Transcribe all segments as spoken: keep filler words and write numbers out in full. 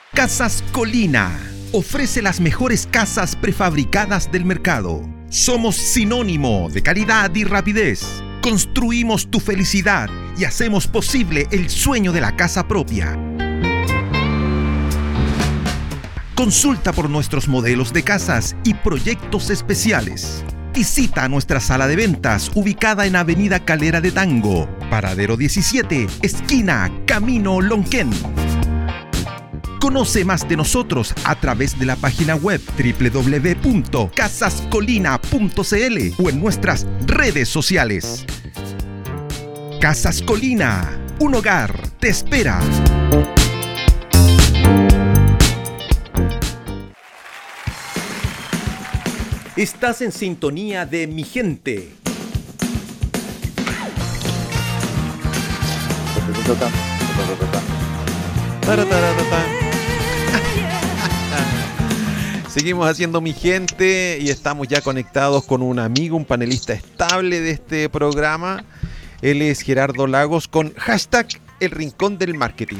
Casas Colina ofrece las mejores casas prefabricadas del mercado. Somos sinónimo de calidad y rapidez. Construimos tu felicidad y hacemos posible el sueño de la casa propia. Consulta por nuestros modelos de casas y proyectos especiales. Visita nuestra sala de ventas ubicada en Avenida Calera de Tango, Paradero diecisiete, esquina Camino Lonquén. Conoce más de nosotros a través de la página web doble u doble u doble u punto casas colina punto c l o en nuestras redes sociales. Casas Colina, un hogar te espera. Estás en sintonía de Mi Gente. Seguimos haciendo Mi Gente y estamos ya conectados con un amigo, un panelista estable de este programa. Él es Gerardo Lagos con hashtag El Rincón del Marketing.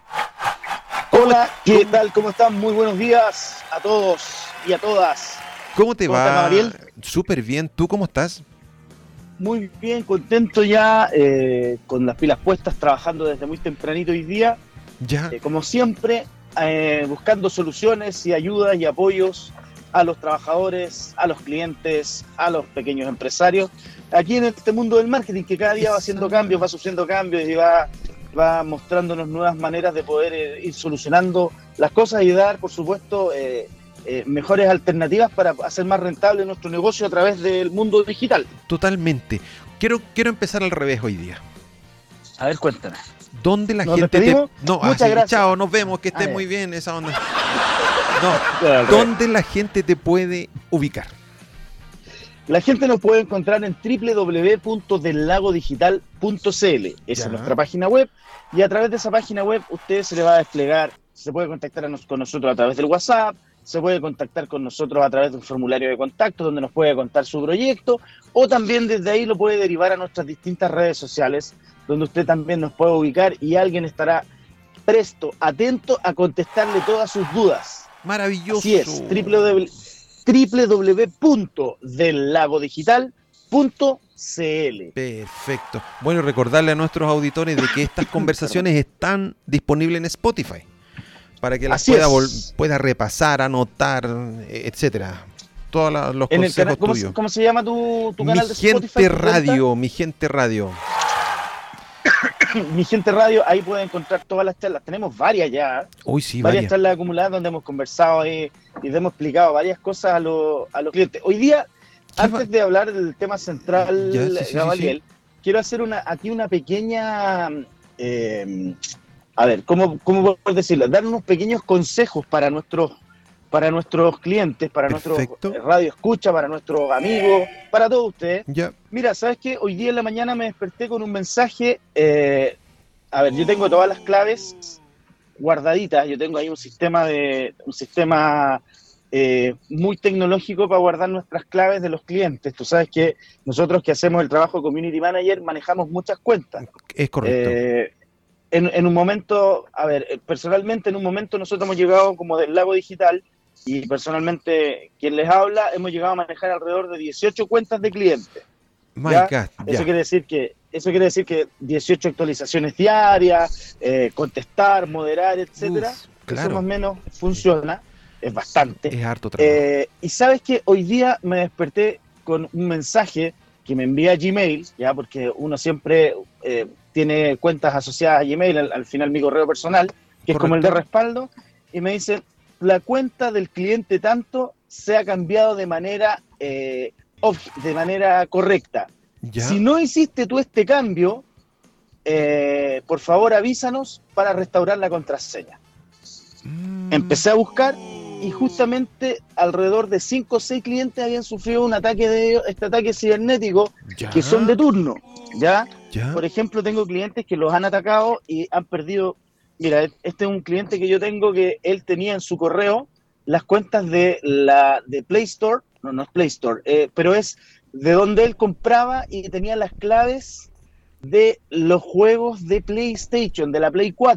Hola, ¿qué tal? ¿Cómo están? Muy buenos días a todos y a todas. ¿Cómo te ¿Cómo va? estás, Gabriel? Súper bien. ¿Tú cómo estás? Muy bien, contento ya, eh, con las pilas puestas, trabajando desde muy tempranito hoy día. Ya. Eh, como siempre, eh, buscando soluciones y ayudas y apoyos a los trabajadores, a los clientes, a los pequeños empresarios. Aquí en este mundo del marketing que cada día va haciendo cambios, va sufriendo cambios y va, va mostrándonos nuevas maneras de poder eh, ir solucionando las cosas y dar, por supuesto, eh, eh, mejores alternativas para hacer más rentable nuestro negocio a través del mundo digital. Totalmente. Quiero, quiero empezar al revés hoy día. A ver, cuéntame. ¿Dónde la ¿Nos gente te... despedimos? No, Muchas así, gracias. chao, nos vemos, que esté Ah, muy ya. bien esa onda. No, ¿dónde la gente te puede ubicar? La gente nos puede encontrar en doble u doble u doble u punto del lago digital punto c l. Esa Ya. es nuestra página web. Y a través de esa página web usted se le va a desplegar, se puede contactar a nos- con nosotros a través del WhatsApp, se puede contactar con nosotros a través de un formulario de contacto donde nos puede contar su proyecto, o también desde ahí lo puede derivar a nuestras distintas redes sociales, donde usted también nos puede ubicar y alguien estará presto, atento a contestarle todas sus dudas. Maravilloso. Así es, doble u doble u doble u punto del lago digital punto c l. Perfecto. Bueno, recordarle a nuestros auditores de que estas conversaciones están disponibles en Spotify para que las Así pueda, es. vol- pueda repasar, anotar, eh, etcétera. Todos la- los En el consejos canal, ¿cómo, tuyos. cómo se llama tu, tu Mi canal de Spotify? gente ¿Tu cuenta? radio, mi gente radio. Mi gente radio, ahí puede encontrar todas las charlas. Tenemos varias ya, Uy, sí, varias, varias. charlas acumuladas donde hemos conversado ahí y hemos explicado varias cosas a, los a los clientes. Hoy día, ¿Qué antes va- de hablar del tema central, Ya, sí, sí, sí, Gabriel, quiero hacer una aquí una pequeña, eh, a ver, ¿cómo, cómo puedo decirlo? Dar unos pequeños consejos para nuestros para nuestros clientes, para Perfecto. nuestros radio escucha, para nuestros amigos, para todos ustedes. Ya. Mira, ¿sabes qué? Hoy día en la mañana me desperté con un mensaje. eh, a ver, yo tengo todas las claves guardaditas. Yo tengo ahí un sistema de un sistema eh, muy tecnológico para guardar nuestras claves de los clientes. Tú sabes que nosotros que hacemos el trabajo de Community Manager manejamos muchas cuentas. Es correcto. Eh, en, en un momento, a ver, eh, personalmente en un momento nosotros hemos llegado como del lago digital y personalmente quien les habla hemos llegado a manejar alrededor de dieciocho cuentas de clientes. My ¿ya? God, Eso ya. quiere decir que eso quiere decir que dieciocho actualizaciones diarias, eh, contestar, moderar, etcétera. Uf, claro. Eso más o menos funciona, es bastante. Es harto trabajo. Eh, y sabes que hoy día me desperté con un mensaje que me envía Gmail, ya porque uno siempre eh, tiene cuentas asociadas a Gmail, al, al final mi correo personal, que es como el de Correcto. respaldo, y me dice, la cuenta del cliente tanto se ha cambiado de manera, eh, ob- de manera correcta. Ya. Si no hiciste tú este cambio, eh, por favor avísanos para restaurar la contraseña. Mm. Empecé a buscar y justamente alrededor de cinco o seis clientes habían sufrido un ataque de este ataque cibernético Ya. que son de turno, ¿ya? Ya. Por ejemplo, tengo clientes que los han atacado y han perdido. Mira, este es un cliente que yo tengo que él tenía en su correo las cuentas de la de Play Store, no, no es Play Store, eh, pero es de donde él compraba y tenía las claves de los juegos de PlayStation, de la Play cuatro.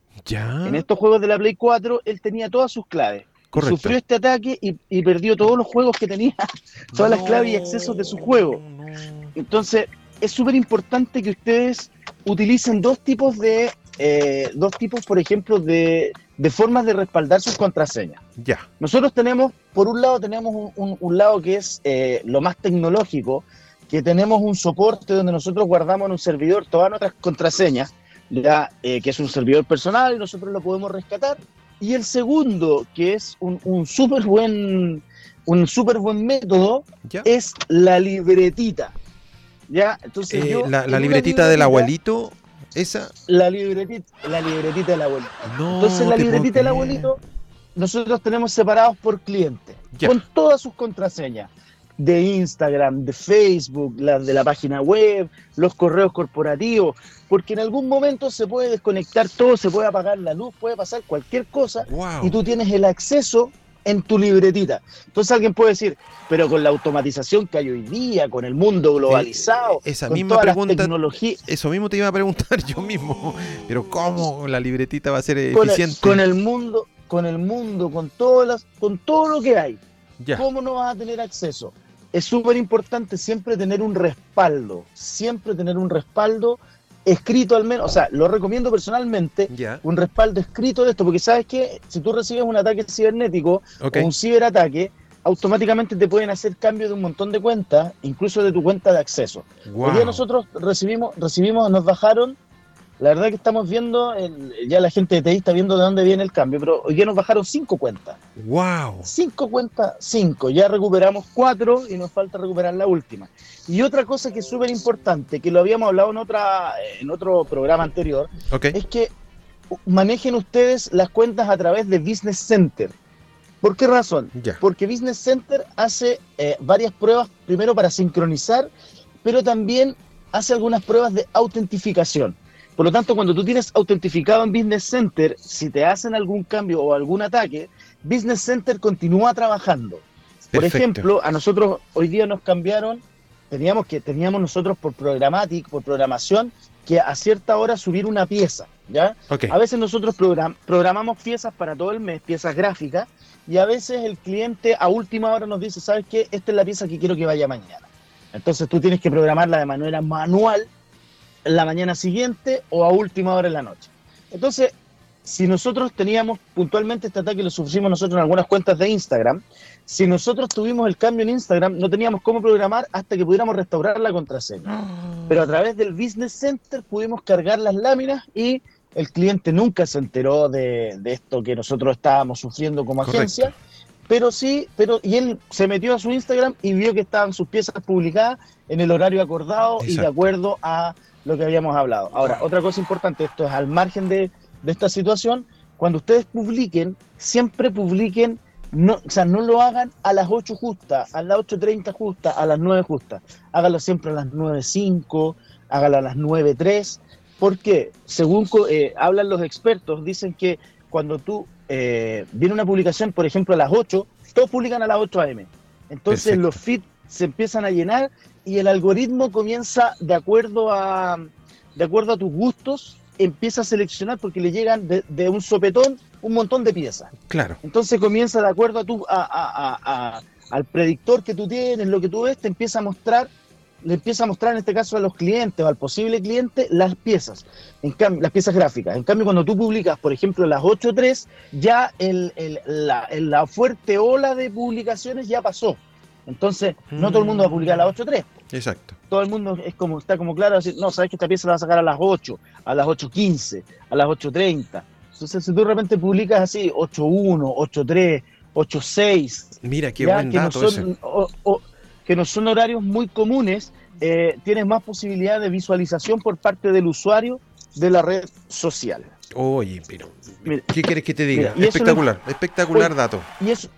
Ya. En estos juegos de la Play cuatro, él tenía todas sus claves. Correcto. Sufrió este ataque y, y perdió todos los juegos que tenía, todas las No, claves y accesos de su juego. no. Entonces, es súper importante que ustedes utilicen dos tipos de, eh, dos tipos, por ejemplo, de, de formas de respaldar sus contraseñas. Ya. Nosotros tenemos, por un lado, tenemos un, un, un lado que es eh, lo más tecnológico, que tenemos un soporte donde nosotros guardamos en un servidor todas nuestras contraseñas, ya, eh, que es un servidor personal y nosotros lo podemos rescatar. Y el segundo, que es un, un súper buen, un súper buen método, Ya. es la libretita. ¿Ya? Entonces Eh, yo, la, en la una libretita del abuelito, esa. La libretita, la libretita del abuelito. No. Entonces la te puedo libretita del creer. abuelito, nosotros tenemos separados por cliente, Ya. con todas sus contraseñas, de Instagram, de Facebook, las de la página web, los correos corporativos, porque en algún momento se puede desconectar todo, se puede apagar la luz, puede pasar cualquier cosa, Wow. y tú tienes el acceso en tu libretita. Entonces alguien puede decir, pero con la automatización que hay hoy día, con el mundo globalizado, esa con misma todas las pregunta- tecnologías, Eso mismo te iba a preguntar yo mismo. Pero ¿cómo la libretita va a ser con el, eficiente? con el mundo, con el mundo, con todas las, con todo lo que hay, Ya. ¿cómo no vas a tener acceso? Es súper importante siempre tener un respaldo, siempre tener un respaldo escrito al menos, o sea, lo recomiendo personalmente, Ya. un respaldo escrito de esto, porque sabes que si tú recibes un ataque cibernético Ok. o un ciberataque, automáticamente te pueden hacer cambio de un montón de cuentas, incluso de tu cuenta de acceso. Wow. Hoy día nosotros recibimos, recibimos, nos bajaron, la verdad que estamos viendo, el- ya la gente de T I está viendo de dónde viene el cambio, pero hoy día nos bajaron cinco cuentas. Wow. Cinco cuentas, cinco. Ya recuperamos cuatro y nos falta recuperar la última. Y otra cosa que es súper importante, que lo habíamos hablado en, otra, en otro programa anterior, Ok. es que manejen ustedes las cuentas a través de Business Center. ¿Por qué razón? Ya. Porque Business Center hace eh, varias pruebas, primero para sincronizar, pero también hace algunas pruebas de autentificación. Por lo tanto, cuando tú tienes autentificado en Business Center, si te hacen algún cambio o algún ataque, Business Center continúa trabajando. Por Perfecto. ejemplo, a nosotros hoy día nos cambiaron, teníamos que teníamos nosotros por programática, por programación, que a cierta hora subir una pieza, ¿ya? Ok. A veces nosotros program- programamos piezas para todo el mes, piezas gráficas, y a veces el cliente a última hora nos dice, ¿sabes qué? Esta es la pieza que quiero que vaya mañana. Entonces tú tienes que programarla de manera manual en la mañana siguiente o a última hora en la noche. Entonces, si nosotros teníamos puntualmente este ataque, lo sufrimos nosotros en algunas cuentas de Instagram, si nosotros tuvimos el cambio en Instagram, no teníamos cómo programar hasta que pudiéramos restaurar la contraseña. Pero a través del Business Center pudimos cargar las láminas y el cliente nunca se enteró de, de esto que nosotros estábamos sufriendo como Correcto. agencia, pero sí, pero y él se metió a su Instagram y vio que estaban sus piezas publicadas en el horario acordado y de Exacto. acuerdo a lo que habíamos hablado. Ahora, otra cosa importante, esto es al margen de, de esta situación, cuando ustedes publiquen, siempre publiquen, no, o sea, no lo hagan a las ocho justas, a las ocho treinta justas, a las nueve justas. Hágalo siempre a las nueve cinco, hágalo a las nueve tres. ¿Por qué? Según eh, hablan los expertos, dicen que cuando tú eh, viene una publicación, por ejemplo, a las ocho, todos publican a las ocho a eme. Entonces Perfecto. los feeds se empiezan a llenar y el algoritmo comienza de acuerdo a, de acuerdo a tus gustos, empieza a seleccionar porque le llegan de, de un sopetón un montón de piezas. Claro. Entonces comienza de acuerdo a tu, a, a, a, a, al predictor que tú tienes, lo que tú ves, te empieza a mostrar, le empieza a mostrar en este caso a los clientes o al posible cliente las piezas, en cambio, las piezas gráficas. En cambio, cuando tú publicas, por ejemplo, las ocho tres, ya el, el, la, la fuerte ola de publicaciones ya pasó. Entonces, no todo el mundo va a publicar a las ocho tres. Exacto. Todo el mundo es como, está como claro, decir, no, sabes que esta pieza la vas a sacar a las ocho, a las ocho quince, a las ocho treinta. Entonces, si tú de repente publicas así, ocho uno, ocho tres, ocho seis, Mira, qué ya, buen que, dato no son, ese. o, o, que no son horarios muy comunes, eh, tienes más posibilidad de visualización por parte del usuario de la red social. Oye, pero Mira, ¿qué quieres que te diga? mira, y eso Espectacular, espectacular Oye, dato. Y eso,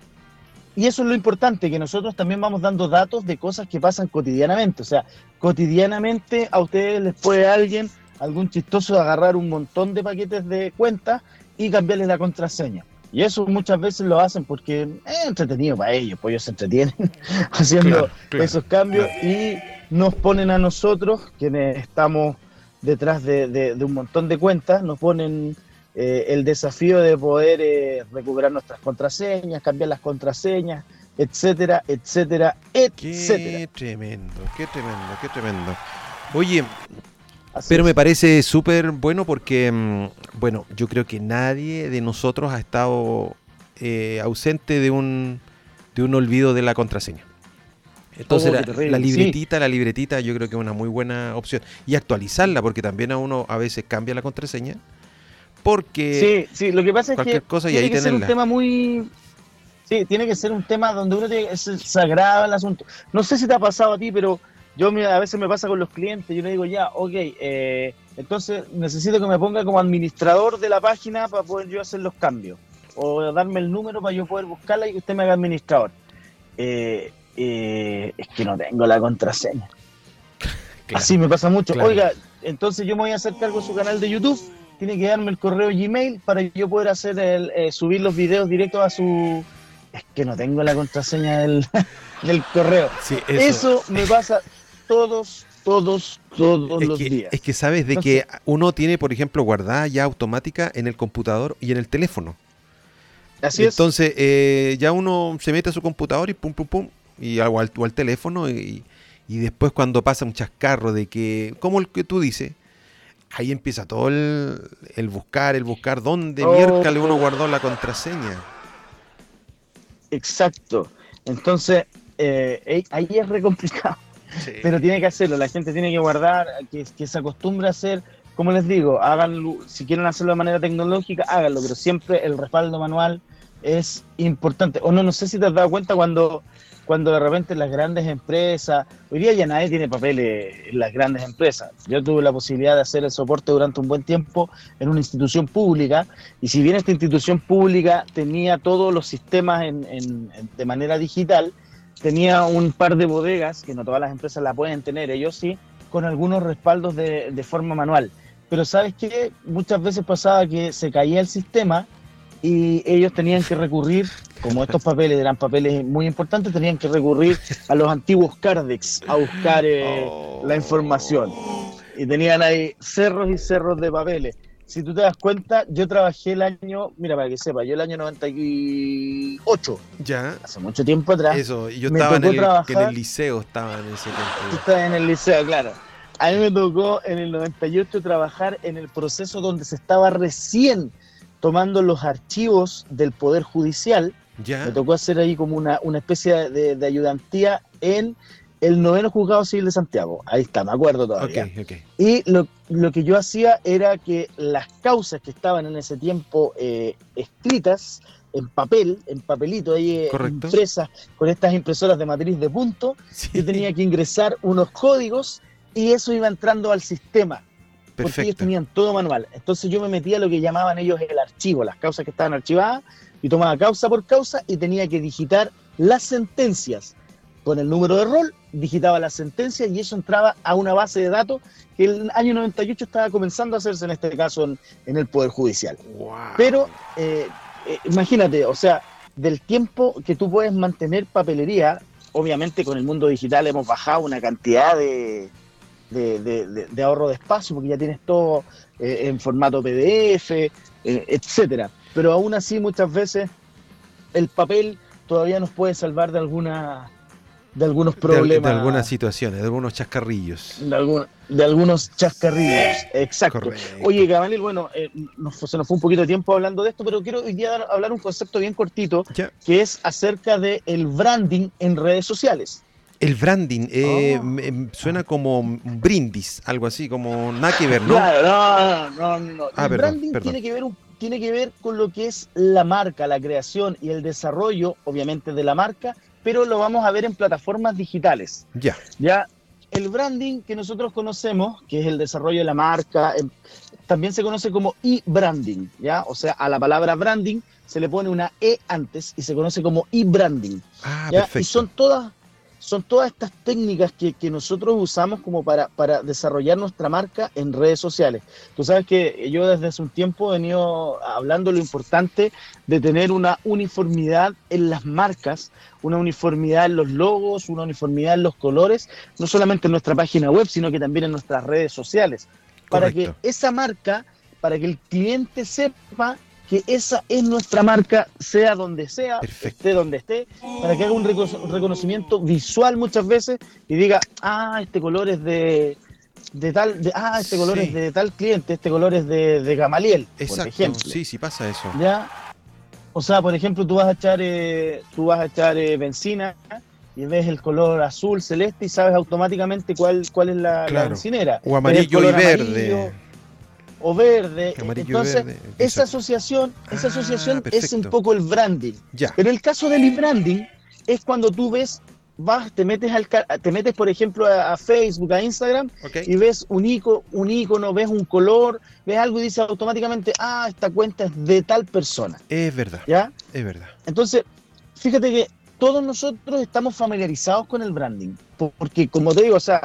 y eso es lo importante, que nosotros también vamos dando datos de cosas que pasan cotidianamente. O sea, cotidianamente a ustedes les puede alguien, algún chistoso, agarrar un montón de paquetes de cuentas y cambiarles la contraseña. Y eso muchas veces lo hacen porque es entretenido para ellos, pues ellos se entretienen haciendo Claro, claro, esos cambios claro. y nos ponen a nosotros, quienes estamos detrás de, de, de un montón de cuentas, nos ponen eh, el desafío de poder eh, recuperar nuestras contraseñas, cambiar las contraseñas, etcétera, etcétera, etcétera. Qué tremendo, qué tremendo, qué tremendo. Oye, Así pero es. me parece súper bueno porque, mm, bueno, yo creo que nadie de nosotros ha estado eh, ausente de un, de un olvido de la contraseña. Entonces Oh, la, qué terrible, la sí. libretita, la libretita yo creo que es una muy buena opción. Y actualizarla, porque también a uno a veces cambia la contraseña. Porque Sí, sí, lo que pasa es cualquier que cosa y tiene ahí que ser un tenerla. tema muy... Sí, tiene que ser un tema donde uno tiene, es sagrado el asunto. No sé si te ha pasado a ti, pero yo me- a veces me pasa con los clientes, yo le digo, ya, ok, eh, entonces necesito que me ponga como administrador de la página para poder yo hacer los cambios. O darme el número para yo poder buscarla y que usted me haga administrador. Eh, eh, es que no tengo la contraseña. Claro, Así me pasa mucho. claro. Oiga, entonces yo me voy a hacer cargo de su canal de YouTube. Tiene que darme el correo Gmail para yo poder hacer el, eh, subir los videos directos a su... Es que no tengo la contraseña del, del correo. Sí, Eso. eso. me pasa todos, todos, todos Es los que, días. es que sabes de Entonces- que uno tiene, por ejemplo, guardada ya automática en el computador y en el teléfono. Así es. Entonces, eh, ya uno se mete a su computador y pum, pum, pum, y o al, o al teléfono, y, y después cuando pasa un chascarro de que, como el que tú dices, ahí empieza todo el, el buscar, el buscar dónde Oh. miércoles uno guardó la contraseña. Exacto. Entonces, eh, eh, ahí es re complicado. Sí. Pero tiene que hacerlo, la gente tiene que guardar, que, que se acostumbre a hacer, como les digo, háganlo, si quieren hacerlo de manera tecnológica, háganlo, pero siempre el respaldo manual es importante. O no, no sé si te has dado cuenta cuando, cuando de repente las grandes empresas, hoy día ya nadie tiene papeles en las grandes empresas. Yo tuve la posibilidad de hacer el soporte durante un buen tiempo en una institución pública, y si bien esta institución pública tenía todos los sistemas en, en, en, de manera digital, tenía un par de bodegas, que no todas las empresas la pueden tener, ellos sí, con algunos respaldos de, de forma manual. Pero ¿sabes qué? Muchas veces pasaba que se caía el sistema y ellos tenían que recurrir, como estos papeles eran papeles muy importantes, tenían que recurrir a los antiguos Cardex a buscar eh, Oh. la información. Y tenían ahí cerros y cerros de papeles. Si tú te das cuenta, yo trabajé el año, mira, para que sepa, yo el año noventa y ocho, Ya, hace mucho tiempo atrás, eso, y yo me estaba en tocó el, trabajar- en el liceo, estaba en ese tú tiempo. estás en el liceo, claro. A mí me tocó en el noventa y ocho trabajar en el proceso donde se estaba recién tomando los archivos del Poder Judicial. Ya, Me tocó hacer ahí como una, una especie de, de ayudantía en el noveno Juzgado Civil de Santiago. Ahí está, me acuerdo todavía. ok, ok. Y lo, lo que yo hacía era que las causas que estaban en ese tiempo eh, escritas en papel, en papelito, ahí eh, Correcto. impresas con estas impresoras de matriz de punto, Sí, yo tenía que ingresar unos códigos y eso iba entrando al sistema, porque ellos perfecto. tenían todo manual. Entonces yo me metía a lo que llamaban ellos el archivo, las causas que estaban archivadas, y tomaba causa por causa y tenía que digitar las sentencias. Con el número de rol, digitaba las sentencias y eso entraba a una base de datos que el año noventa y ocho estaba comenzando a hacerse, en este caso, en, en el Poder Judicial. Wow. Pero eh, eh, imagínate, o sea, del tiempo que tú puedes mantener papelería, obviamente con el mundo digital hemos bajado una cantidad de, de, de, de, de ahorro de espacio, porque ya tienes todo eh, en formato P D F, eh, etcétera. Pero aún así muchas veces el papel todavía nos puede salvar de alguna de algunos De, problemas, de algunas situaciones, de algunos chascarrillos. de, algún- de algunos chascarrillos. Exacto. Correcto. Oye, Gabriel, bueno, eh, nos, se nos fue un poquito de tiempo hablando de esto, pero quiero hoy día dar- hablar un concepto bien cortito, Ya. que es acerca del branding en redes sociales. El branding eh, Oh. me- me suena como un brindis, algo así, como nada que ver, ¿no? Claro, no, no, no. no. Ah, el perdón, branding perdón. tiene que ver un- tiene que ver con lo que es la marca, la creación y el desarrollo, obviamente, de la marca, pero lo vamos a ver en plataformas digitales. Ya, Ya, el branding que nosotros conocemos, que es el desarrollo de la marca, eh, también se conoce como e-branding, ¿ya? O sea, a la palabra branding se le pone una E antes y se conoce como e-branding. ah, ¿Ya? perfecto. Y son todas, son todas estas técnicas que, que nosotros usamos como para, para desarrollar nuestra marca en redes sociales. Tú sabes que yo desde hace un tiempo he venido hablando de lo importante de tener una uniformidad en las marcas, una uniformidad en los logos, una uniformidad en los colores, no solamente en nuestra página web, sino que también en nuestras redes sociales, para Correcto. que esa marca para que el cliente sepa que esa es nuestra marca, sea donde sea, Perfecto. esté donde esté, para que haga un reco- reconocimiento visual muchas veces y diga, ah, este color es de, de tal, de, ah, este color Sí. es de tal cliente, este color es de, de Gamaliel, por Exacto, ejemplo. sí, sí pasa eso. ¿Ya? O sea, por ejemplo, tú vas a echar, eh, tú vas a echar eh, benzina y ves el color azul, celeste y sabes automáticamente cuál, cuál es la, la Claro. bencinera. O amarillo Es el color y verde. amarillo o verde. Amarillo y Entonces, verde, esa exacto. asociación, esa Ah, asociación es perfecto. un poco el branding. Ya. Pero el caso del e-branding es cuando tú ves, vas, te metes al ca- te metes, por ejemplo, a, a Facebook, a Instagram, Ok. y ves un icono, un icono, ves un color, ves algo y dices automáticamente, ah, esta cuenta es de tal persona. Es verdad, ¿Ya? es verdad. Entonces, fíjate que todos nosotros estamos familiarizados con el branding, porque como te digo, o sea,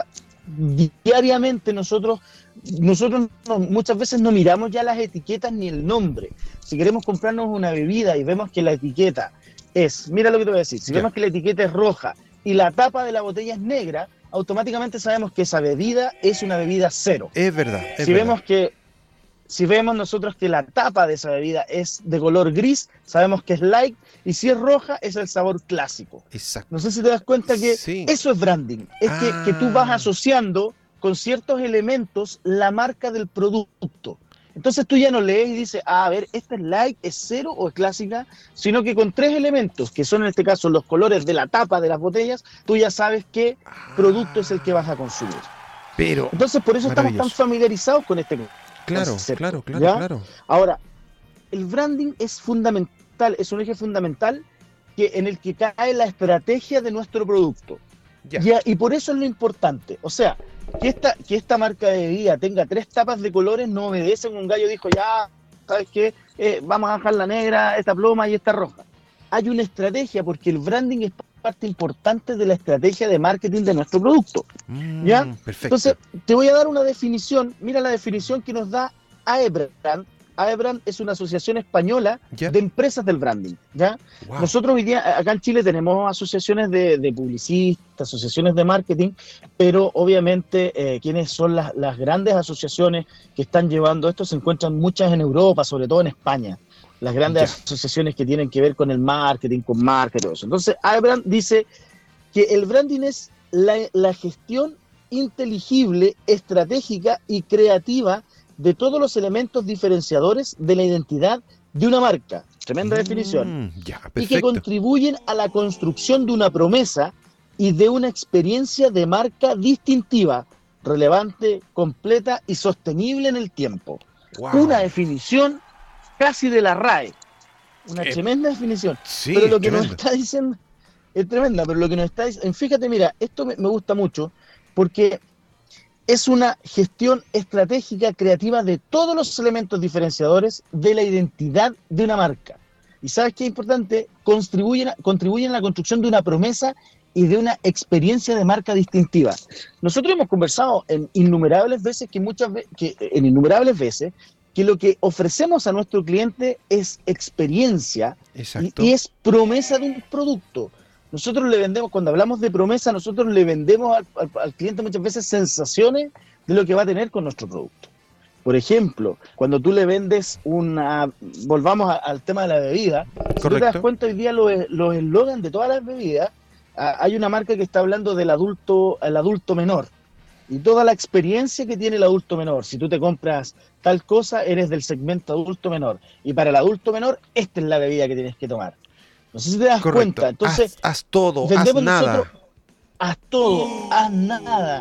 diariamente nosotros, nosotros no- muchas veces no miramos ya las etiquetas ni el nombre. Si queremos comprarnos una bebida y vemos que la etiqueta es, mira lo que te voy a decir, si Ya. vemos que la etiqueta es roja y la tapa de la botella es negra, automáticamente sabemos que esa bebida es una bebida cero. Es verdad, es Si verdad. vemos que si vemos nosotros que la tapa de esa bebida es de color gris, sabemos que es light, y si es roja, es el sabor clásico. Exacto. No sé si te das cuenta que Sí. eso es branding. Es que, Ah. que tú vas asociando con ciertos elementos la marca del producto. Entonces tú ya no lees y dices, ah, a ver, ¿esta es light, es cero o es clásica? Sino que con tres elementos, que son en este caso los colores de la tapa de las botellas, tú ya sabes qué producto es el que vas a consumir. Pero, Entonces por eso estamos tan maravilloso. familiarizados con este claro, concepto, claro, claro, ¿ya? claro. Ahora, el branding es fundamental, es un eje fundamental que, en el que cae la estrategia de nuestro producto. Ya. Ya, y por eso es lo importante. O sea, que esta, que esta marca de bebida tenga tres tapas de colores no obedece a un gallo dijo, ya, ¿sabes qué? Eh, vamos a dejar la negra, esta ploma y esta roja. Hay una estrategia porque el branding es parte importante de la estrategia de marketing de nuestro producto. Mm, ¿Ya? Perfecto. Entonces, te voy a dar una definición. Mira la definición que nos da AEBRAND. AEBRAND es una asociación española Ya. de empresas del branding. ¿Ya? Wow. Nosotros hoy día, acá en Chile, tenemos asociaciones de, de publicistas, asociaciones de marketing, pero obviamente, eh, ¿quiénes son las, las grandes asociaciones que están llevando esto? Se encuentran muchas en Europa, sobre todo en España. Las grandes Ya. asociaciones que tienen que ver con el marketing, con marca y todo eso. Entonces, AEBRAND dice que el branding es la, la gestión inteligible, estratégica y creativa de todos los elementos diferenciadores de la identidad de una marca. Tremenda Mm, definición. Ya, Y que perfecto. contribuyen a la construcción de una promesa y de una experiencia de marca distintiva, relevante, completa y sostenible en el tiempo. Wow. Una definición casi de la RAE. Una Eh, tremenda definición. Sí, Pero lo que nos tremendo. está diciendo es tremenda, pero lo que nos está diciendo, fíjate, mira, esto me, me gusta mucho porque es una gestión estratégica creativa de todos los elementos diferenciadores de la identidad de una marca. Y ¿sabes qué es importante? Contribuyen, a- contribuyen a la construcción de una promesa y de una experiencia de marca distintiva. Nosotros hemos conversado en innumerables veces que muchas ve- que en innumerables veces que lo que ofrecemos a nuestro cliente es experiencia y, Exacto. y es promesa de un producto. Nosotros le vendemos, cuando hablamos de promesa, nosotros le vendemos al, al- al cliente muchas veces sensaciones de lo que va a tener con nuestro producto. Por ejemplo, cuando tú le vendes una, volvamos a- al tema de la bebida, si tú te das Correcto. cuenta hoy día los los eslogans de todas las bebidas, ah, hay una marca que está hablando del adulto, el adulto menor y toda la experiencia que tiene el adulto menor. Si tú te compras tal cosa, eres del segmento adulto menor. Y para el adulto menor, esta es la bebida que tienes que tomar. No sé si te das Correcto. cuenta. Entonces, haz, haz todo, haz vendemos nada. nosotros, haz todo, haz nada.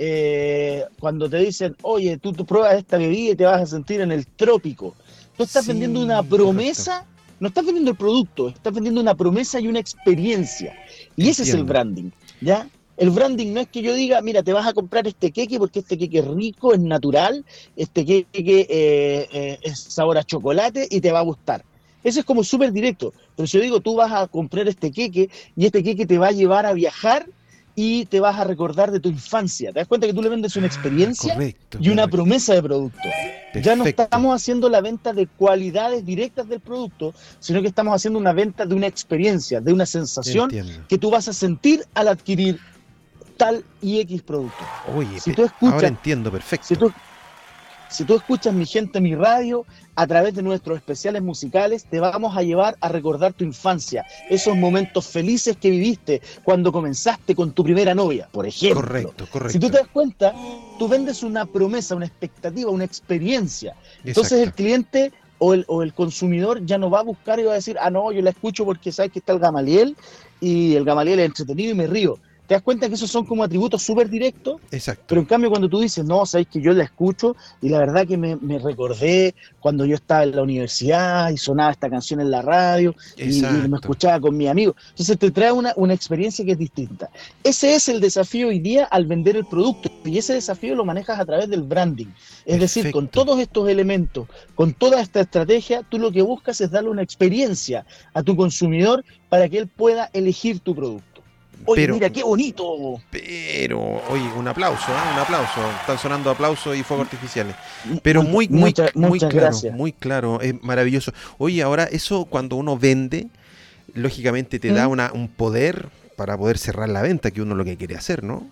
Eh, cuando te dicen, oye, tú, tú pruebas esta bebida y te vas a sentir en el trópico. Tú estás Sí, vendiendo una promesa, no estás vendiendo el producto, estás vendiendo una promesa y una experiencia. Y ese es el Entiendo. branding, ¿ya? El branding no es que yo diga, mira, te vas a comprar este queque porque este queque es rico, es natural, este queque eh, eh, es sabor a chocolate y te va a gustar. Eso es como súper directo. Pero si yo digo, tú vas a comprar este queque y este queque te va a llevar a viajar y te vas a recordar de tu infancia. ¿Te das cuenta que tú le vendes una experiencia Ah, correcto, y una correcto. promesa de producto? Ya no Perfecto. estamos haciendo la venta de cualidades directas del producto, sino que estamos haciendo una venta de una experiencia, de una sensación Entiendo. que tú vas a sentir al adquirir tal y X producto. Oye, Si pe- tú escuchas- ahora entiendo perfecto. Si tú, Si tú escuchas Mi Gente, Mi Radio, a través de nuestros especiales musicales, te vamos a llevar a recordar tu infancia, esos momentos felices que viviste cuando comenzaste con tu primera novia, por ejemplo. Correcto, correcto. Si tú te das cuenta, tú vendes una promesa, una expectativa, una experiencia. Entonces Exacto. el cliente o el, o el consumidor ya no va a buscar y va a decir, ah, no, yo la escucho porque sabes que está el Gamaliel y el Gamaliel es entretenido y me río. Te das cuenta que esos son como atributos súper directos. Exacto. Pero en cambio cuando tú dices, no, sabes que yo la escucho y la verdad que me, me recordé cuando yo estaba en la universidad y sonaba esta canción en la radio y, y me escuchaba con mi amigo. Entonces te trae una, una experiencia que es distinta. Ese es el desafío hoy día al vender el producto y ese desafío lo manejas a través del branding. Es Perfecto. decir, con todos estos elementos, con toda esta estrategia, tú lo que buscas es darle una experiencia a tu consumidor para que él pueda elegir tu producto. Oye, Pero- mira, qué bonito. Pero, oye, un aplauso, ¿eh? Un aplauso. Están sonando aplausos y fuegos artificiales. Pero muy, muy, Muchas- muy muchas claro, gracias. muy claro, es maravilloso. Oye, ahora eso cuando uno vende, lógicamente te da ¿Mm? una, un poder para poder cerrar la venta, que uno lo que quiere hacer, ¿no?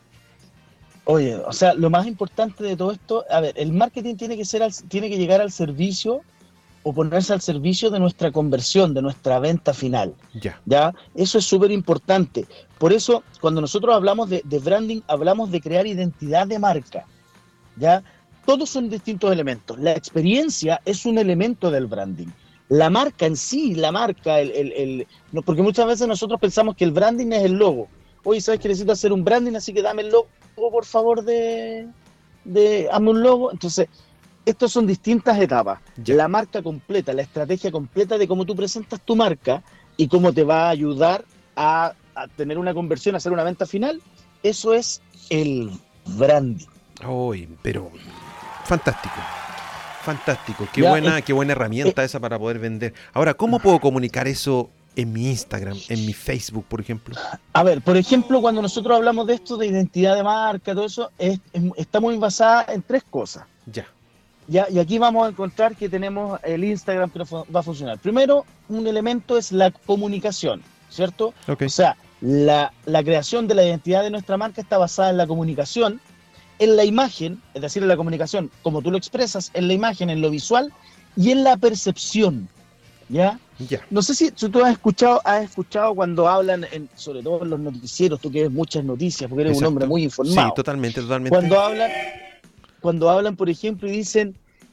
Oye, o sea, lo más importante de todo esto, a ver, el marketing tiene que ser, al- tiene que llegar al servicio o ponerse al servicio de nuestra conversión, de nuestra venta final. Ya. ¿Ya? Eso es súper importante. Por eso, cuando nosotros hablamos de, de branding, hablamos de crear identidad de marca. ¿Ya? Todos son distintos elementos. La experiencia es un elemento del branding. La marca en sí, la marca, el, el, el- no, porque muchas veces nosotros pensamos que el branding es el logo. Oye, ¿sabes que necesito hacer un branding? Así que dame el logo, por favor, de, de hazme un logo. Entonces, estas son distintas etapas. Ya. La marca completa, la estrategia completa de cómo tú presentas tu marca y cómo te va a ayudar a, a tener una conversión, a hacer una venta final, eso es el branding. Uy, pero fantástico. Fantástico. Qué Ya, buena, eh, qué buena herramienta esa para poder vender. Ahora, ¿cómo puedo comunicar eso en mi Instagram, en mi Facebook, por ejemplo? A ver, por ejemplo, cuando nosotros hablamos de esto, de identidad de marca, todo eso, es, es- está muy basada en tres cosas. Ya. Ya, y aquí vamos a encontrar que tenemos el Instagram que no fu- va a funcionar. Primero, un elemento es la comunicación, ¿cierto? Ok. O sea, la, la creación de la identidad de nuestra marca está basada en la comunicación, en la imagen, es decir, en la comunicación, como tú lo expresas, en la imagen, en lo visual y en la percepción, ¿ya? Ya. No sé si, si tú has escuchado, has escuchado cuando hablan, en, sobre todo en los noticieros, tú que ves muchas noticias, porque eres Exacto. un hombre muy informado. Sí, totalmente, totalmente. Cuando hablan, cuando hablan, por ejemplo, y dicen,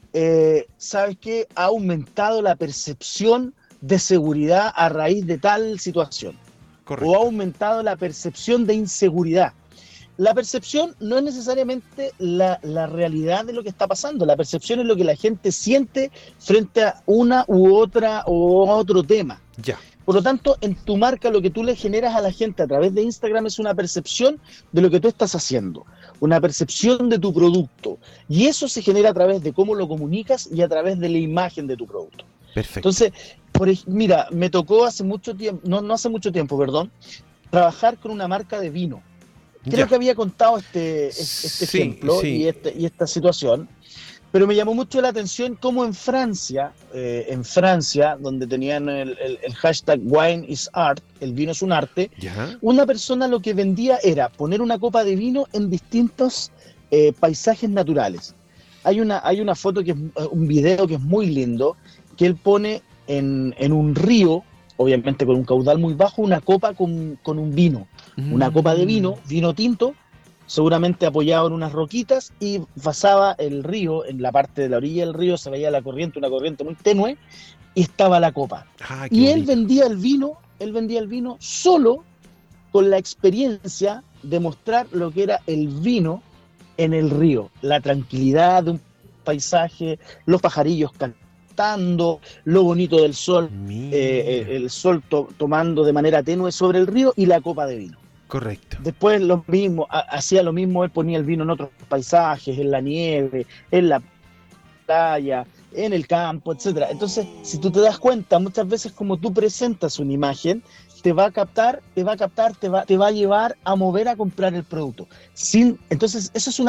eh, ¿sabes qué? Ha aumentado la percepción de seguridad a raíz de tal situación. Correcto. O ha aumentado la percepción de inseguridad. La percepción no es necesariamente la, la realidad de lo que está pasando. La percepción es lo que la gente siente frente a una u otra o a otro tema. Ya. Por lo tanto, en tu marca lo que tú le generas a la gente a través de Instagram es una percepción de lo que tú estás haciendo, una percepción de tu producto. Y eso se genera a través de cómo lo comunicas y a través de la imagen de tu producto. Perfecto. Entonces, por, ej- mira, me tocó hace mucho tiempo, no, no hace mucho tiempo, perdón, trabajar con una marca de vino. Creo Ya. que había contado este, este Sí, ejemplo sí. Y, este, y esta situación, pero me llamó mucho la atención cómo en Francia, eh, en Francia, donde tenían el, el- el hashtag Wine is Art, el vino es un arte, Ya. una persona lo que vendía era poner una copa de vino en distintos eh, paisajes naturales. Hay una, hay una foto, que es un video que es muy lindo, que él pone en, en un río, obviamente con un caudal muy bajo, una copa con, con un vino. Una copa de vino, vino tinto, seguramente apoyado en unas roquitas, y pasaba el río, en la parte de la orilla del río se veía la corriente, una corriente muy tenue, y estaba la copa. Ah, qué Y él bonito. vendía el vino, él vendía el vino solo con la experiencia de mostrar lo que era el vino en el río, la tranquilidad de un paisaje, los pajarillos cantando, lo bonito del sol, Mira. eh, el sol to- tomando de manera tenue sobre el río y la copa de vino. Correcto. Después lo mismo, ha- hacía lo mismo, él ponía el vino en otros paisajes, en la nieve, en la playa, en el campo, etcétera. Entonces, si tú te das cuenta, muchas veces como tú presentas una imagen, te va a captar, te va a captar, te va, te va a llevar a mover a comprar el producto. Sin, entonces, eso es una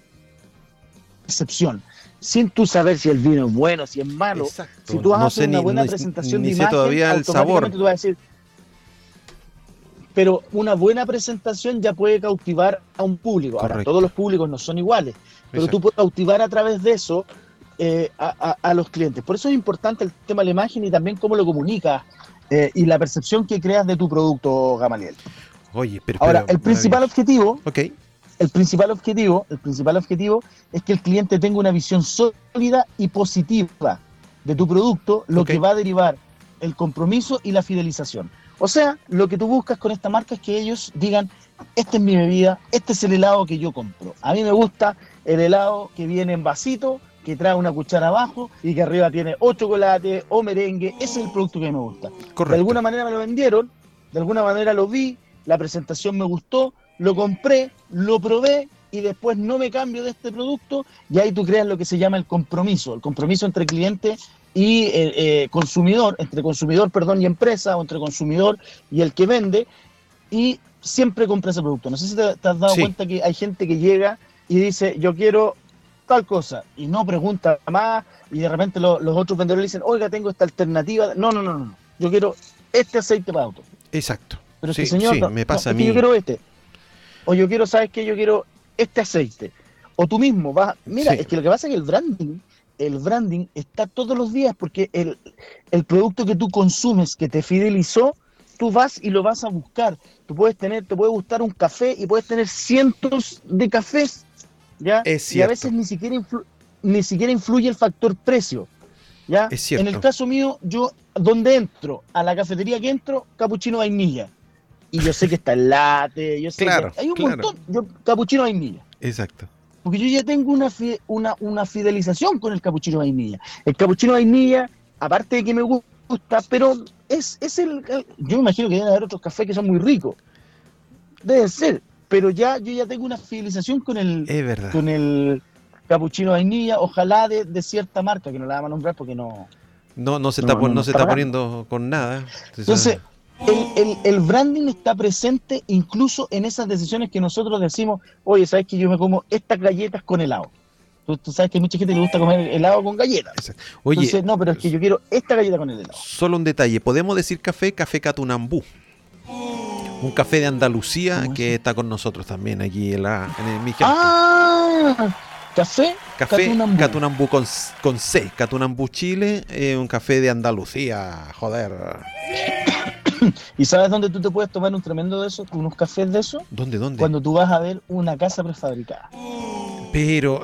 percepción. Sin tú saber si el vino es bueno, si es malo, Exacto. si tú No haces sé una ni- buena no- presentación ni de sé imagen, todavía el sabor. automáticamente tú vas a decir, pero una buena presentación ya puede cautivar a un público. Ahora, Correcto. todos los públicos no son iguales, pero Exacto. tú puedes cautivar a través de eso eh, a, a, a los clientes. Por eso es importante el tema de la imagen y también cómo lo comunicas eh, y la percepción que creas de tu producto, Gamaliel. Oye, pero, Ahora, pero el principal objetivo, Ok, el principal objetivo, el principal objetivo es que el cliente tenga una visión sólida y positiva de tu producto, lo Ok. que va a derivar el compromiso y la fidelización. O sea, lo que tú buscas con esta marca es que ellos digan, esta es mi bebida, este es el helado que yo compro. A mí me gusta el helado que viene en vasito, que trae una cuchara abajo y que arriba tiene o chocolate o merengue. Ese es el producto que me gusta. correcto. De alguna manera me lo vendieron, de alguna manera lo vi, la presentación me gustó, lo compré, lo probé y después no me cambio de este producto, y ahí tú creas lo que se llama el compromiso, el compromiso entre cliente y eh, eh, consumidor, entre consumidor, perdón, y empresa, o entre consumidor y el que vende, y siempre compra ese producto. No sé si te, te has dado Sí. cuenta que hay gente que llega y dice, yo quiero tal cosa, y no pregunta más, y de repente lo- los otros vendedores le dicen, oiga, tengo esta alternativa. No, no, no, no, yo quiero este aceite para auto. Exacto. Pero Sí, este señor, sí, no, me no, pasa es a que mí. yo quiero este. O yo quiero, ¿sabes qué? Yo quiero este aceite. O tú mismo vas. Mira, Sí. es que lo que pasa es que el branding, el branding está todos los días, porque el, el producto que tú consumes, que te fidelizó, tú vas y lo vas a buscar. Tú puedes tener, te puede gustar un café y puedes tener cientos de cafés, ¿ya? Es Y a cierto. veces ni siquiera, influ- ni siquiera influye el factor precio, ¿ya? Es cierto. En el caso mío, yo, donde entro, a la cafetería que entro, capuchino vainilla. Y yo sé que está el latte, yo sé Claro, que hay un claro. montón, yo, capuchino vainilla. Exacto. Porque yo ya tengo una, fi- una, una fidelización con el capuchino vainilla. El capuchino vainilla, aparte de que me gusta, pero es, es el... Yo me imagino que deben haber otros cafés que son muy ricos. Debe ser. Pero ya yo ya tengo una fidelización con el, Es verdad. con el capuchino vainilla, ojalá de, de cierta marca, que no la vamos a nombrar porque no... No, no se No, está, no, pon- no no se está está pagando. poniendo con nada. Entonces, el, el, el branding está presente incluso en esas decisiones que nosotros decimos, oye, ¿sabes que yo me como estas galletas con helado? Tú, tú sabes que hay mucha gente que le gusta comer helado con galletas. Exacto. Oye, Entonces, no, pero es que yo quiero esta galleta con el helado. solo un detalle. Podemos decir café, café Catunambú. Un café de Andalucía ¿Cómo que está con nosotros también aquí en, la, en el, mi gente. ¡Ah! ¿Café? Café Catunambú. Catunambú con, con C. Catunambú Chile, eh, un café de Andalucía. Joder. ¿Y sabes dónde tú te puedes tomar un tremendo de esos, unos cafés de esos? ¿Dónde, dónde? Cuando tú vas a ver una casa prefabricada. Pero...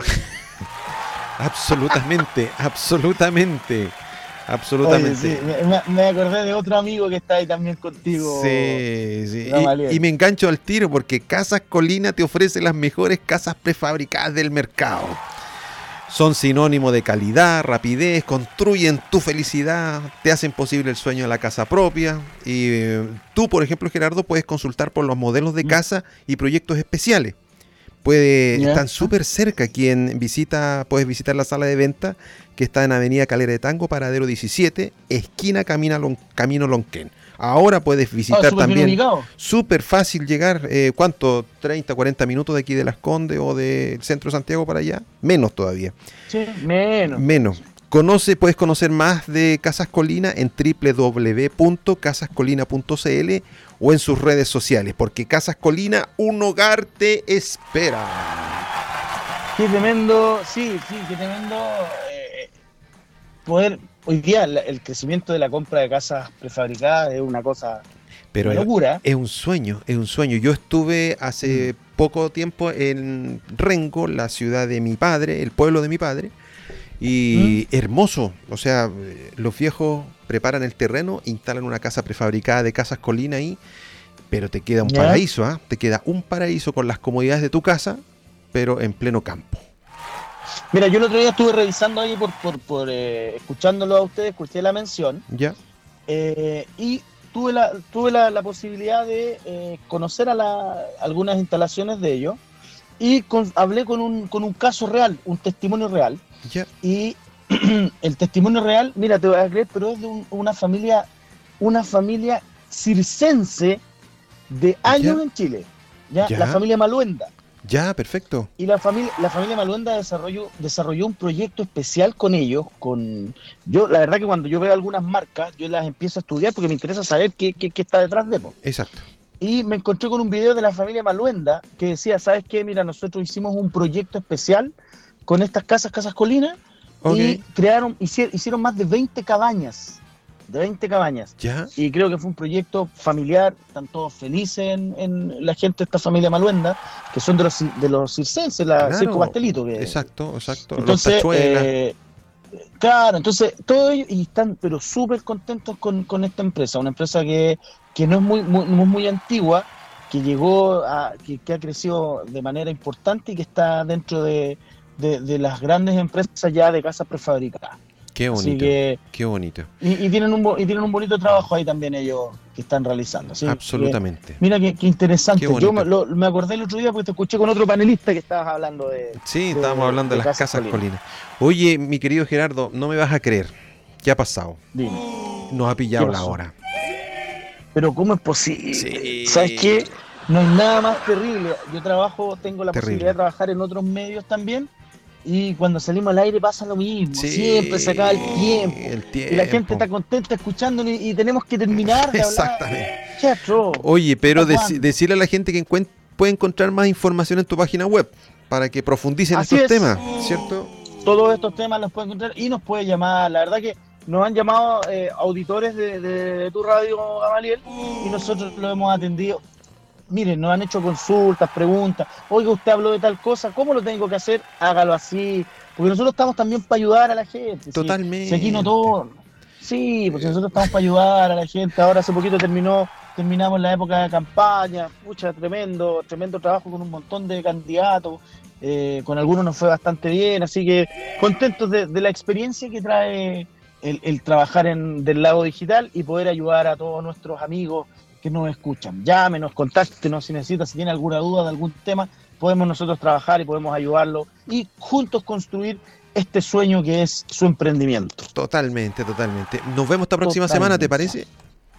absolutamente, absolutamente. Absolutamente. Oye, sí, me, me acordé de otro amigo que está ahí también contigo. Sí, sí. Gamaliel. Y, y me engancho al tiro porque Casas Colina te ofrece las mejores casas prefabricadas del mercado. Son sinónimo de calidad, rapidez, construyen tu felicidad, te hacen posible el sueño de la casa propia. Y eh, tú, por ejemplo, Gerardo, puedes consultar por los modelos de casa y proyectos especiales. Puede, Ya. están súper cerca. Quien visita, puedes visitar la sala de venta que está en Avenida Calera de Tango, paradero diecisiete, esquina Camina Lon- Camino Lonquén. Ahora puedes Ah, visitar súper bien también. ubicado. Súper fácil llegar. Eh, ¿Cuánto? ¿treinta, cuarenta minutos de aquí de Las Condes o del centro de Santiago para allá? Menos todavía. Sí, menos. Menos. Conoce, puedes conocer más de Casas Colina en doble u doble u doble u punto casas colina punto c l o en sus redes sociales, porque Casas Colina, un hogar te espera. Qué tremendo, sí, sí, qué tremendo eh, poder. Hoy día la- el crecimiento de la compra de casas prefabricadas es una cosa, Pero una es, locura. es un sueño, es un sueño. Yo estuve hace poco tiempo en Rengo, la ciudad de mi padre, el pueblo de mi padre, y hermoso. O sea, eh, los viejos preparan el terreno, instalan una casa prefabricada de Casas Colina ahí, pero te queda un ¿Ya? paraíso, ¿ah? Te queda un paraíso con las comodidades de tu casa, pero en pleno campo. Mira, yo el otro día estuve revisando ahí por, por, por eh, escuchándolo a ustedes, escuché la mención, ¿Ya? eh, y tuve la, tuve la, la posibilidad de eh, conocer a la, algunas instalaciones de ellos, y con- hablé con un, con un caso real, un testimonio real. ¿Ya? Y el testimonio real, mira, te voy a creer, pero es de un- una familia, una familia circense de años Ya. en Chile, ¿ya? Ya. La familia Maluenda. Ya, perfecto. Y la familia, la familia Maluenda desarrolló, desarrolló un proyecto especial con ellos, con yo, la verdad que cuando yo veo algunas marcas, yo las empiezo a estudiar porque me interesa saber qué, qué, qué está detrás de, po. Exacto. y me encontré con un video de la familia Maluenda que decía, ¿sabes qué? Mira, nosotros hicimos un proyecto especial con estas casas, Casas Colina, Okay. y crearon, hicieron, hicieron más de veinte cabañas, de veinte cabañas. ¿Ya? Y creo que fue un proyecto familiar, están todos felices en, en la gente de esta familia Maluenda, que son de los, de los circenses, la Claro. Circo Pastelito. Que, Exacto, exacto. entonces, Los tachuelas. eh, claro, entonces todos ellos y están pero súper contentos con, con esta empresa, una empresa que, que no es muy, muy, no es muy antigua, que llegó a, que, que ha crecido de manera importante y que está dentro de, de, de las grandes empresas ya de casas prefabricadas. Qué bonito. Así que, Qué bonito. y, y tienen un bo- y tienen un bonito trabajo ahí también ellos que están realizando. Así que, Absolutamente. mira qué, qué interesante. Qué Yo me, bonito. lo- me acordé el otro día porque te escuché con otro panelista que estabas hablando de. Sí, de- estábamos hablando de, de las Casas casas Colina. colinas. Oye, mi querido Gerardo, no me vas a creer. ¿Qué ha pasado? Dime. Nos ha pillado ¿Qué la pasó? hora. Pero ¿cómo es posible? Sí. ¿Sabes qué? No hay nada más terrible. Yo trabajo, tengo la Terrible. posibilidad de trabajar en otros medios también, y cuando salimos al aire pasa lo mismo. Sí, Siempre se acaba el tiempo. el tiempo. Y la gente está contenta escuchándonos y, y tenemos que terminar de hablar. Exactamente. Qué atroz. Oye, pero ¿Hasta deci- cuándo? decirle a la gente que encuent- puede encontrar más información en tu página web para que profundicen Así estos es. temas, ¿cierto? Todos estos temas los puede encontrar y nos puede llamar. La verdad que nos han llamado eh, auditores de, de- de tu radio, Gamaliel, y nosotros lo hemos atendido. Miren, nos han hecho consultas, preguntas. Oiga, usted habló de tal cosa, ¿cómo lo tengo que hacer? Hágalo así. Porque nosotros estamos también para ayudar a la gente. Si- Totalmente. Si, aquí no todo. Sí, porque nosotros estamos para ayudar a la gente. Ahora hace poquito terminó, terminamos la época de campaña. Pucha, tremendo, tremendo trabajo con un montón de candidatos. Eh, con algunos nos fue bastante bien, así que contentos de, de la experiencia que trae el, el trabajar en, del lado digital y poder ayudar a todos nuestros amigos que nos escuchan. Llámenos, contáctenos si necesita, si tiene alguna duda de algún tema, podemos nosotros trabajar y podemos ayudarlo y juntos construir este sueño que es su emprendimiento. Totalmente, totalmente. Nos vemos esta próxima Totalmente. semana, ¿te parece?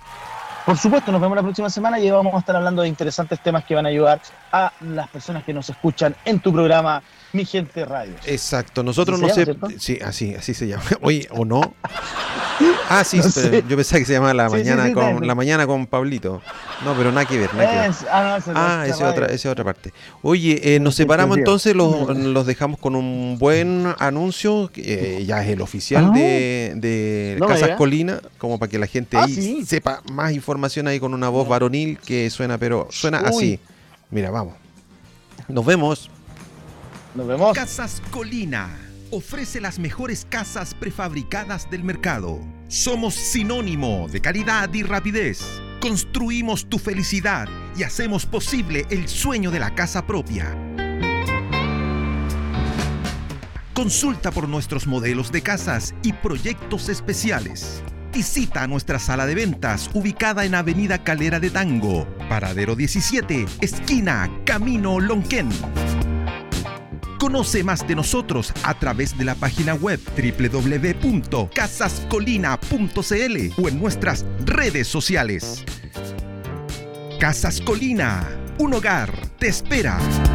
Por supuesto, nos vemos la próxima semana y vamos a estar hablando de interesantes temas que van a ayudar a las personas que nos escuchan en tu programa Mi Gente Radio. Exacto. Nosotros Así no se sé. llama, ¿cierto? Sí, así, así se llama. Oye, ¿o no? Ah, sí, No pero sé. yo pensaba que se llamaba la Sí, sí, mañana sí, con sí. la mañana con Pablito. No, pero nada que ver, nada que ver. Es- ah, no, esa es Ah, nuestra esa es radio. otra, esa es otra parte. Oye, eh, nos Sí, separamos sí, entonces, los, Mm. los dejamos con un buen anuncio, que eh, ya es el oficial Ah. de, de No me Casas digas. Colina, como para que la gente Ah, ahí sí. sepa más información ahí con una voz varonil que suena, pero suena Uy. así. Mira, vamos. Nos vemos. Nos vemos. Casas Colina ofrece las mejores casas prefabricadas del mercado. Somos sinónimo de calidad y rapidez. Construimos tu felicidad y hacemos posible el sueño de la casa propia. Consulta por nuestros modelos de casas y proyectos especiales. Visita nuestra sala de ventas ubicada en Avenida Calera de Tango, Paradero diecisiete, esquina Camino Lonquén. Conoce más de nosotros a través de la página web doble u doble u doble u punto casas colina punto c l o en nuestras redes sociales. Casas Colina, un hogar te espera.